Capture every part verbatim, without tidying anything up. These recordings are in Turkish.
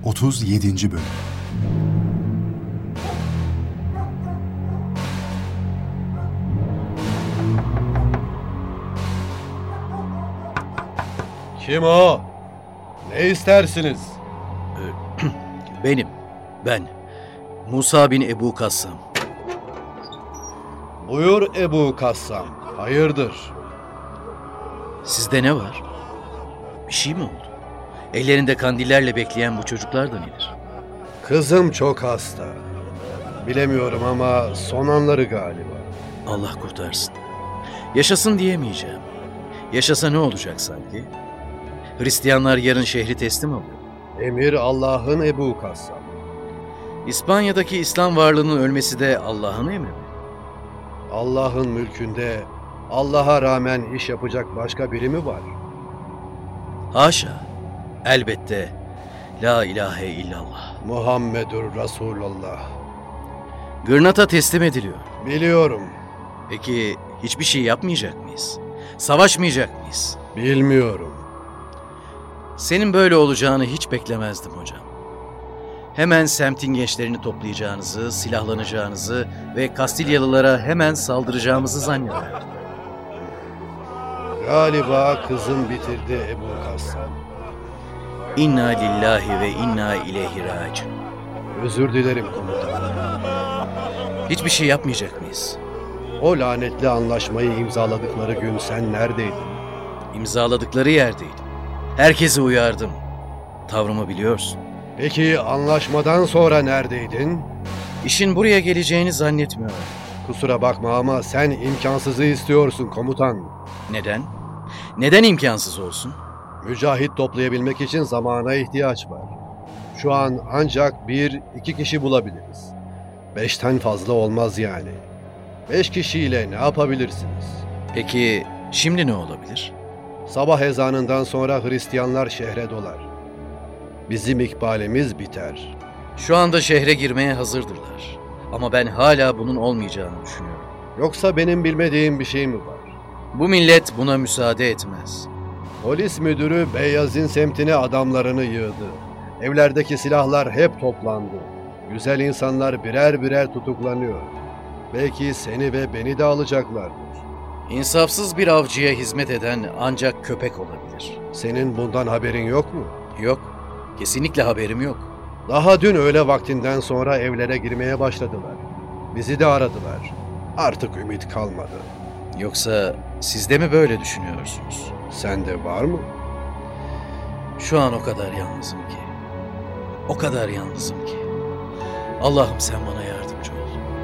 otuz yedinci Bölüm. Kim o? Ne istersiniz? Benim, ben. Musa bin Ebu Kassam. Buyur Ebu Kassam, hayırdır? Sizde ne var? Bir şey mi oldu? Ellerinde kandillerle bekleyen bu çocuklar da nedir? Kızım çok hasta. Bilemiyorum ama son anları galiba. Allah kurtarsın. Yaşasın diyemeyeceğim. Yaşasa ne olacak sanki? Hristiyanlar yarın şehri teslim alıyor. Emir Allah'ın Ebu Kassam. İspanya'daki İslam varlığının ölmesi de Allah'ın emri mi? Allah'ın mülkünde Allah'a rağmen iş yapacak başka biri mi var? Haşa. Elbette. La ilahe illallah. Muhammedur Resulullah. Gırnata teslim ediliyor. Biliyorum. Peki hiçbir şey yapmayacak mıyız? Savaşmayacak mıyız? Bilmiyorum. Senin böyle olacağını hiç beklemezdim hocam. Hemen semtin gençlerini toplayacağınızı, silahlanacağınızı ve Kastilyalılara hemen saldıracağımızı zannederdim. Galiba kızım bitirdi Ebu Kassam. İnna lillahi ve inna ileyhi raciun. Özür dilerim komutanım. Hiçbir şey yapmayacak mıyız? O lanetli anlaşmayı imzaladıkları gün sen neredeydin? İmzaladıkları yerdeydim. Herkesi uyardım. Tavrımı biliyorsun. Peki anlaşmadan sonra neredeydin? İşin buraya geleceğini zannetmiyorum. Kusura bakma ama sen imkansızı istiyorsun komutan. Neden? Neden imkansız olsun? Mücahit toplayabilmek için zamana ihtiyaç var. Şu an ancak bir, iki kişi bulabiliriz. Beşten fazla olmaz yani. Beş kişiyle ne yapabilirsiniz? Peki şimdi ne olabilir? Sabah ezanından sonra Hristiyanlar şehre dolar. Bizim ikbalimiz biter. Şu anda şehre girmeye hazırdırlar. Ama ben hala bunun olmayacağını düşünüyorum. Yoksa benim bilmediğim bir şey mi var? Bu millet buna müsaade etmez. Polis müdürü Beyazin semtine adamlarını yığdı. Evlerdeki silahlar hep toplandı. Güzel insanlar birer birer tutuklanıyor. Belki seni ve beni de alacaklardır. İnsafsız bir avcıya hizmet eden ancak köpek olabilir. Senin bundan haberin yok mu? Yok, kesinlikle haberim yok. Daha dün öğle vaktinden sonra evlere girmeye başladılar. Bizi de aradılar. Artık ümit kalmadı. Yoksa siz de mi böyle düşünüyorsunuz? Sende var mı? Şu an o kadar yalnızım ki. O kadar yalnızım ki. Allah'ım sen bana yardımcı ol.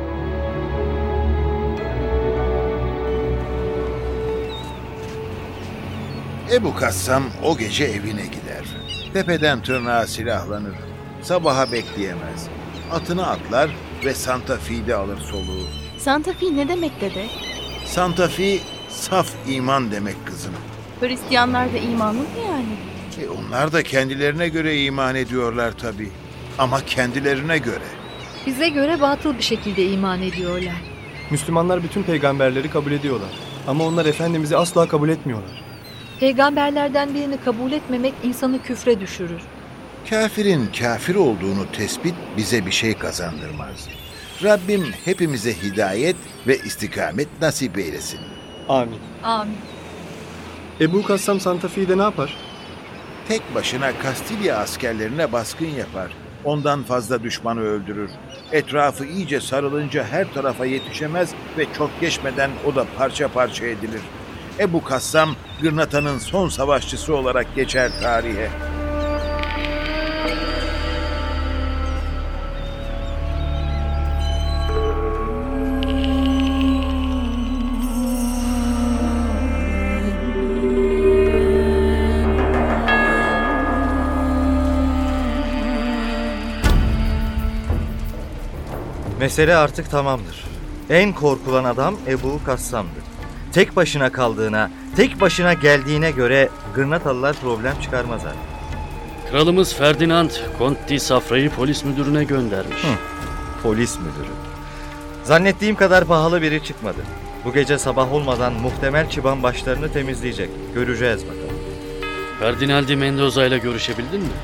Ebu Kassam o gece evine gider. Tepeden tırnağa silahlanır. Sabaha bekleyemez. Atını atlar ve Santa Fe'de alır soluğu. Santa Fe ne demek dede? Santa Fe, saf iman demek kızım. Hristiyanlar da imanlı mı yani? E onlar da kendilerine göre iman ediyorlar tabii. Ama kendilerine göre. Bize göre batıl bir şekilde iman ediyorlar. Müslümanlar bütün peygamberleri kabul ediyorlar. Ama onlar Efendimiz'i asla kabul etmiyorlar. Peygamberlerden birini kabul etmemek insanı küfre düşürür. Kafirin kafir olduğunu tespit bize bir şey kazandırmaz. Rabbim hepimize hidayet ve istikamet nasip eylesin. Amin. Amin. Ebu Kassam Santa Fe'de ne yapar? Tek başına Kastilya askerlerine baskın yapar. Ondan fazla düşmanı öldürür. Etrafı iyice sarılınca her tarafa yetişemez ve çok geçmeden o da parça parça edilir. Ebu Kassam, Gırnata'nın son savaşçısı olarak geçer tarihe. Mesele artık tamamdır. En korkulan adam Ebu Kassam'dı. Tek başına kaldığına, tek başına geldiğine göre Gırnatalılar problem çıkarmaz artık. Kralımız Ferdinand, Conti Safra'yı polis müdürüne göndermiş. Hı, polis müdürü. Zannettiğim kadar pahalı biri çıkmadı. Bu gece sabah olmadan muhtemel çıban başlarını temizleyecek. Göreceğiz bakalım. Ferdinand Mendoza ile görüşebildin mi?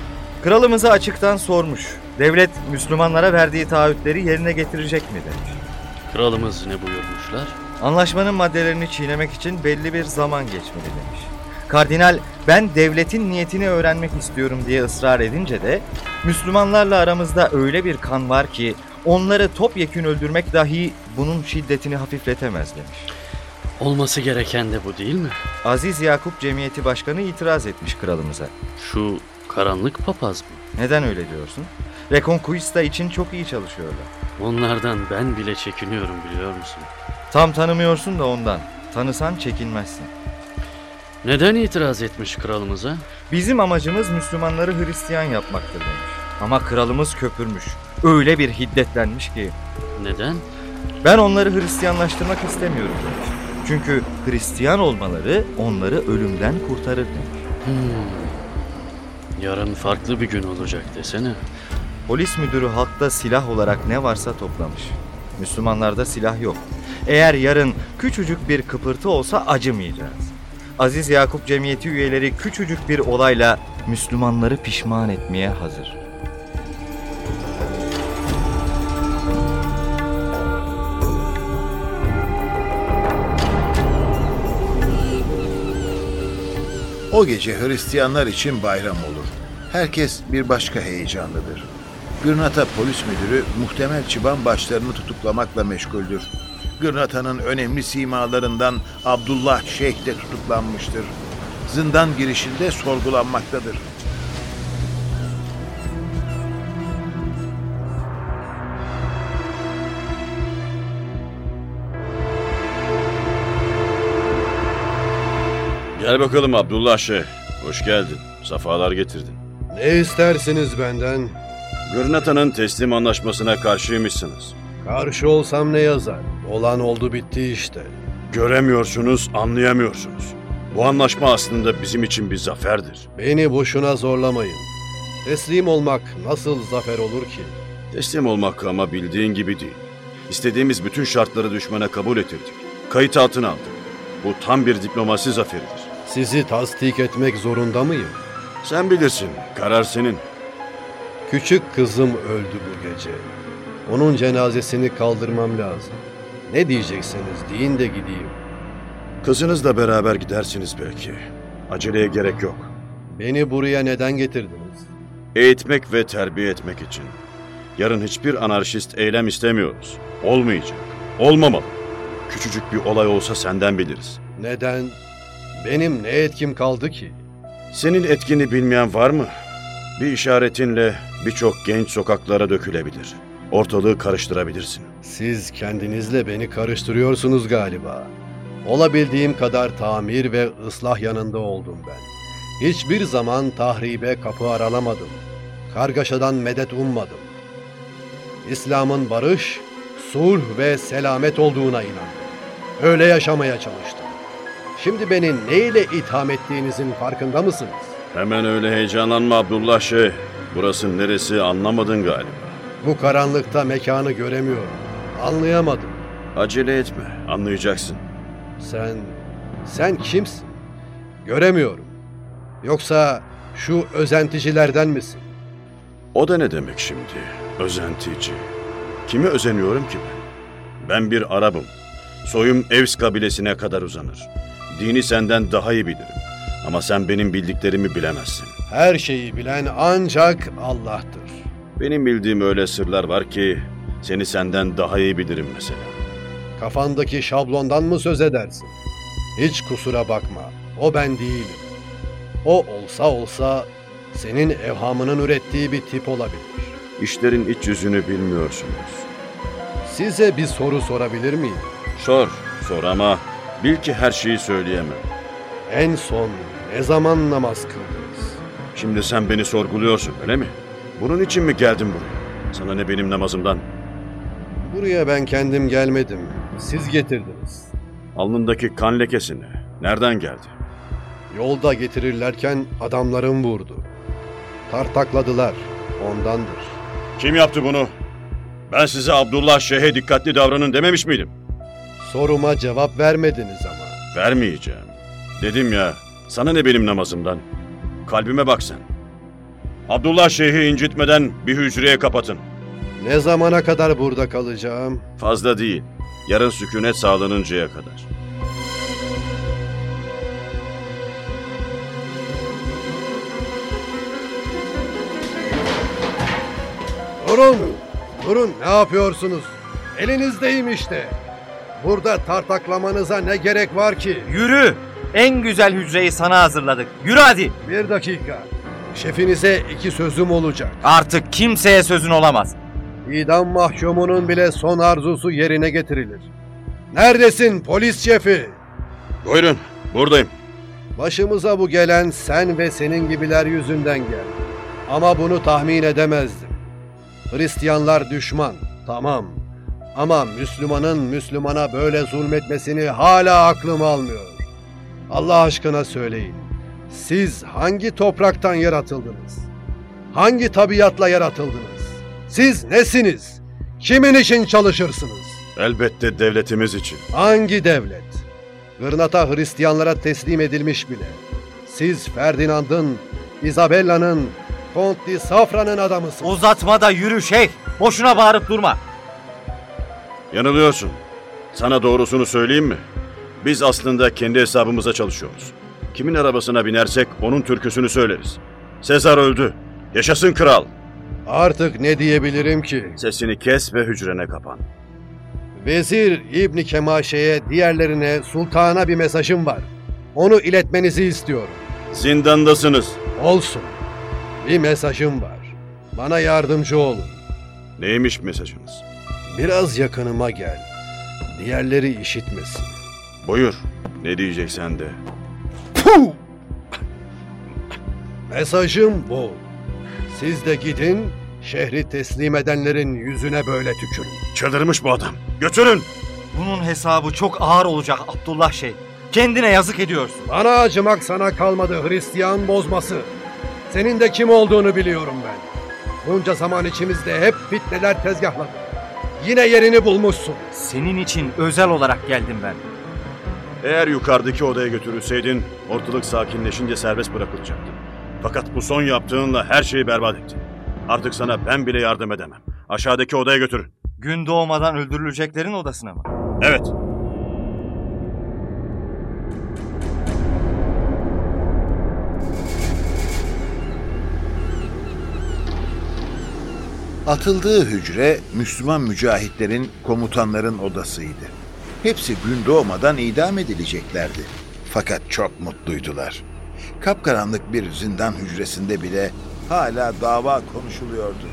Kralımıza açıktan sormuş. Devlet Müslümanlara verdiği taahhütleri yerine getirecek mi demiş. Kralımız ne buyurmuşlar? Anlaşmanın maddelerini çiğnemek için belli bir zaman geçmeli demiş. Kardinal ben devletin niyetini öğrenmek istiyorum diye ısrar edince de Müslümanlarla aramızda öyle bir kan var ki onları topyekün öldürmek dahi bunun şiddetini hafifletemez demiş. Olması gereken de bu değil mi? Aziz Yakup Cemiyeti Başkanı itiraz etmiş kralımıza. Şu karanlık papaz mı? Neden öyle diyorsun? Reconquista için çok iyi çalışıyorlar. Onlardan ben bile çekiniyorum biliyor musun? Tam tanımıyorsun da ondan. Tanısan çekinmezsin. Neden itiraz etmiş kralımıza? Bizim amacımız Müslümanları Hristiyan yapmaktır demiş. Ama kralımız köpürmüş. Öyle bir hiddetlenmiş ki. Neden? Ben onları Hristiyanlaştırmak istemiyorum demiş. Çünkü Hristiyan olmaları onları ölümden kurtarır demiş. Hmm. Yarın farklı bir gün olacak desene. Polis müdürü halkta silah olarak ne varsa toplamış. Müslümanlarda silah yok. Eğer yarın küçücük bir kıpırtı olsa acımayacağız. Aziz Yakup Cemiyeti üyeleri küçücük bir olayla Müslümanları pişman etmeye hazır. O gece Hristiyanlar için bayram olur. Herkes bir başka heyecanlıdır. Gırnata polis müdürü muhtemel çıban başlarını tutuklamakla meşguldür. Gırnata'nın önemli simalarından Abdullah Şeyh de tutuklanmıştır. Zindan girişinde sorgulanmaktadır. Gel bakalım Abdullah Şeyh. Hoş geldin. Safalar getirdin. Ne istersiniz benden? Gırnata'nın teslim anlaşmasına karşıymışsınız. Karşı olsam ne yazar? Olan oldu bitti işte. Göremiyorsunuz, anlayamıyorsunuz. Bu anlaşma aslında bizim için bir zaferdir. Beni boşuna zorlamayın. Teslim olmak nasıl zafer olur ki? Teslim olmak ama bildiğin gibi değil. İstediğimiz bütün şartları düşmana kabul ettirdik. Kayıt altına aldık. Bu tam bir diplomasi zaferidir. Sizi tasdik etmek zorunda mıyım? Sen bilirsin, karar senin. Küçük kızım öldü bu gece. Onun cenazesini kaldırmam lazım. Ne diyeceksiniz deyin de gideyim. Kızınızla beraber gidersiniz belki. Aceleye gerek yok. Beni buraya neden getirdiniz? Eğitmek ve terbiye etmek için. Yarın hiçbir anarşist eylem istemiyoruz. Olmayacak. Olmamalı. Küçücük bir olay olsa senden biliriz. Neden? Benim ne etkim kaldı ki? Senin etkini bilmeyen var mı? Bir işaretinle birçok genç sokaklara dökülebilir. Ortalığı karıştırabilirsin. Siz kendinizle beni karıştırıyorsunuz galiba. Olabildiğim kadar tamir ve ıslah yanında oldum ben. Hiçbir zaman tahribe kapı aralamadım. Kargaşadan medet ummadım. İslam'ın barış, sulh ve selamet olduğuna inandım. Öyle yaşamaya çalıştım. Şimdi beni neyle itham ettiğinizin farkında mısınız? Hemen öyle heyecanlanma Abdullah Şeyh. Burası neresi anlamadın galiba. Bu karanlıkta mekanı göremiyorum. Anlayamadım. Acele etme, anlayacaksın. Sen, sen kimsin? Göremiyorum. Yoksa şu özenticilerden misin? O da ne demek şimdi? Özentici. Kime özeniyorum ki ben? Ben bir Arap'ım. Soyum Evs kabilesine kadar uzanır. Dini senden daha iyi bilirim. Ama sen benim bildiklerimi bilemezsin. Her şeyi bilen ancak Allah'tır. Benim bildiğim öyle sırlar var ki seni senden daha iyi bilirim mesela. Kafandaki şablondan mı söz edersin? Hiç kusura bakma. O ben değilim. O olsa olsa senin evhamının ürettiği bir tip olabilir. İşlerin iç yüzünü bilmiyorsunuz. Size bir soru sorabilir miyim? Sor, sor ama bil ki her şeyi söyleyemem. En son ne zaman namaz kıldınız? Şimdi sen beni sorguluyorsun öyle mi? Bunun için mi geldin buraya? Sana ne benim namazımdan? Buraya ben kendim gelmedim. Siz getirdiniz. Alnındaki kan lekesini. Nereden geldi? Yolda getirirlerken adamlarım vurdu. Tartakladılar. Ondandır. Kim yaptı bunu? Ben size Abdullah Şeyh'e dikkatli davranın dememiş miydim? Soruma cevap vermediniz ama. Vermeyeceğim. Dedim ya, sana ne benim namazımdan? Kalbime bak sen. Abdullah Şeyh'i incitmeden bir hücreye kapatın. Ne zamana kadar burada kalacağım? Fazla değil. Yarın sükunet sağlanıncaya kadar. Durun! Durun, ne yapıyorsunuz? Elinizdeyim işte. Burada tartaklamanıza ne gerek var ki? Yürü! En güzel hücreyi sana hazırladık. Yürü hadi! Bir dakika. Şefinize iki sözüm olacak. Artık kimseye sözün olamaz. İdam mahkumunun bile son arzusu yerine getirilir. Neredesin polis şefi? Buyurun, buradayım. Başımıza bu gelen sen ve senin gibiler yüzünden geldi. Ama bunu tahmin edemezdim. Hristiyanlar düşman, tamam. Ama Müslümanın Müslümana böyle zulmetmesini hala aklım almıyor. Allah aşkına söyleyin. Siz hangi topraktan yaratıldınız? Hangi tabiatla yaratıldınız? Siz nesiniz? Kimin için çalışırsınız? Elbette devletimiz için. Hangi devlet? Gırnata Hristiyanlara teslim edilmiş bile. Siz Ferdinand'ın, Isabella'nın, Kont di Safra'nın adamısınız. Uzatma da yürü şeyh. Boşuna bağırıp durma. Yanılıyorsun. Sana doğrusunu söyleyeyim mi? Biz aslında kendi hesabımıza çalışıyoruz. Kimin arabasına binersek onun türküsünü söyleriz. Sezar öldü. Yaşasın kral. Artık ne diyebilirim ki? Sesini kes ve hücrene kapan. Vezir İbni Kemaşe'ye, diğerlerine, sultana bir mesajım var. Onu iletmenizi istiyorum. Zindandasınız. Olsun. Bir mesajım var. Bana yardımcı olun. Neymiş mesajınız? Biraz yakınıma gel. Diğerleri işitmesin. Buyur. Ne diyeceksen de. Puh! Mesajım bu. Siz de gidin, şehri teslim edenlerin yüzüne böyle tükürün. Çıldırmış bu adam. Götürün. Bunun hesabı çok ağır olacak Abdullah Şeyh. Kendine yazık ediyorsun. Bana acımak sana kalmadı Hristiyan bozması. Senin de kim olduğunu biliyorum ben. Bunca zaman içimizde hep fitneler tezgahladı. Yine yerini bulmuşsun. Senin için özel olarak geldim ben. Eğer yukarıdaki odaya götürülseydin ortalık sakinleşince serbest bırakılacaktın. Fakat bu son yaptığınla her şeyi berbat ettin. Artık sana ben bile yardım edemem. Aşağıdaki odaya götürün. Gün doğmadan öldürüleceklerin odasına mı? Evet. Atıldığı hücre Müslüman mücahitlerin, komutanların odasıydı. Hepsi gün doğmadan idam edileceklerdi. Fakat çok mutluydular. Kapkaranlık bir zindan hücresinde bile hala dava konuşuluyordu.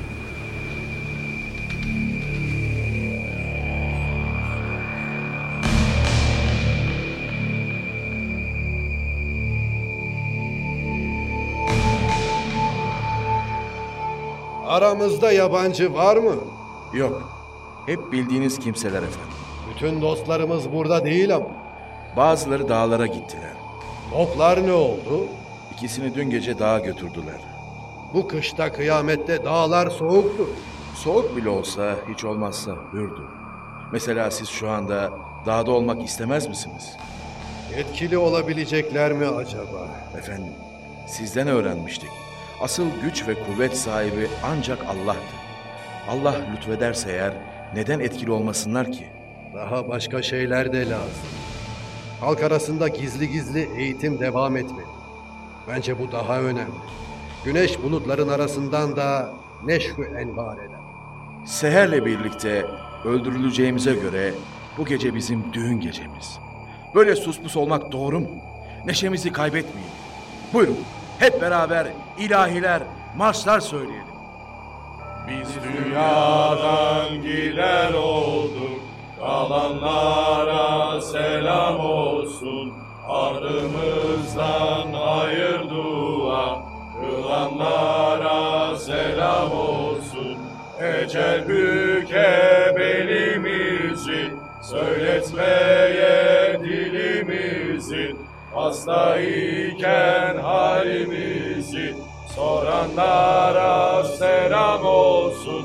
Aramızda yabancı var mı? Yok. Hep bildiğiniz kimseler efendim. Bütün dostlarımız burada değil ama. Bazıları dağlara gittiler. Toplar ne oldu? İkisini dün gece dağa götürdüler. Bu kışta kıyamette dağlar soğuktur. Soğuk bile olsa hiç olmazsa hürdür. Mesela siz şu anda dağda olmak istemez misiniz? Etkili olabilecekler mi acaba? Efendim, sizden öğrenmiştik. Asıl güç ve kuvvet sahibi ancak Allah'tır. Allah lütfederse eğer neden etkili olmasınlar ki? Daha başka şeyler de lazım. Halk arasında gizli gizli eğitim devam etmeli. Bence bu daha önemli. Güneş bulutların arasından da neşv-ü envar eder. Seherle birlikte öldürüleceğimize göre bu gece bizim düğün gecemiz. Böyle suspus olmak doğru mu? Neşemizi kaybetmeyin. Buyurun hep beraber ilahiler, marşlar söyleyelim. Biz dünyadan gider olduk, kalanlara selam olsun. Ardımızdan hayır dua, kılanlara selam olsun. Ecel büke belimizi, söyletmeye dilimizi. Hasta iken halimizi, soranlara selam olsun.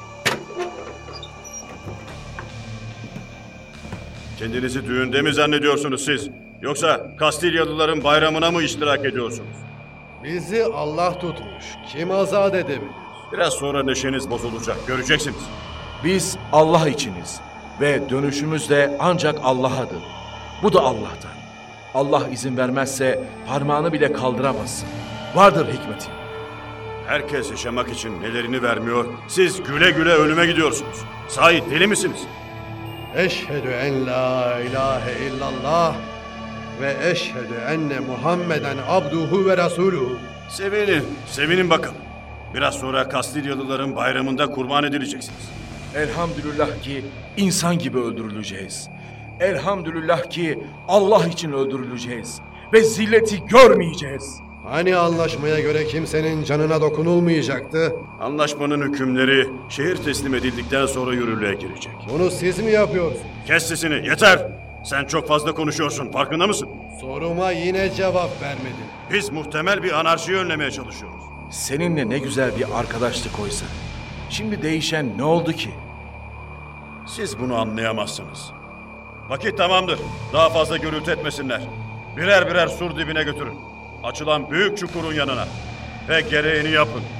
Kendinizi düğünde mi zannediyorsunuz siz? Yoksa Kastilyalıların bayramına mı iştirak ediyorsunuz? Bizi Allah tutmuş. Kim azat edebilir? Biraz sonra neşeniz bozulacak, göreceksiniz. Biz Allah içiniz ve dönüşümüz de ancak Allah'adır. Bu da Allah'tan. Allah izin vermezse parmağını bile kaldıramazsın. Vardır hikmeti. Herkes yaşamak için nelerini vermiyor, siz güle güle ölüme gidiyorsunuz. Sahi deli misiniz? Eşhedü en la ilahe illallah ve eşhedü enne Muhammeden abduhu ve rasuluhu. Sevinin, sevinin bakalım. Biraz sonra Kastilyalıların bayramında kurban edileceksiniz. Elhamdülillah ki insan gibi öldürüleceğiz. Elhamdülillah ki Allah için öldürüleceğiz. Ve zilleti görmeyeceğiz. Hani anlaşmaya göre kimsenin canına dokunulmayacaktı? Anlaşmanın hükümleri şehir teslim edildikten sonra yürürlüğe girecek. Bunu siz mi yapıyorsunuz? Kes sesini, yeter! Sen çok fazla konuşuyorsun, farkında mısın? Soruma yine cevap vermedin. Biz muhtemel bir anarşiyi önlemeye çalışıyoruz. Seninle ne güzel bir arkadaşlık oysa. Şimdi değişen ne oldu ki? Siz bunu anlayamazsınız. Vakit tamamdır. Daha fazla gürültü etmesinler. Birer birer sur dibine götürün. Açılan büyük çukurun yanına. Ve gereğini yapın.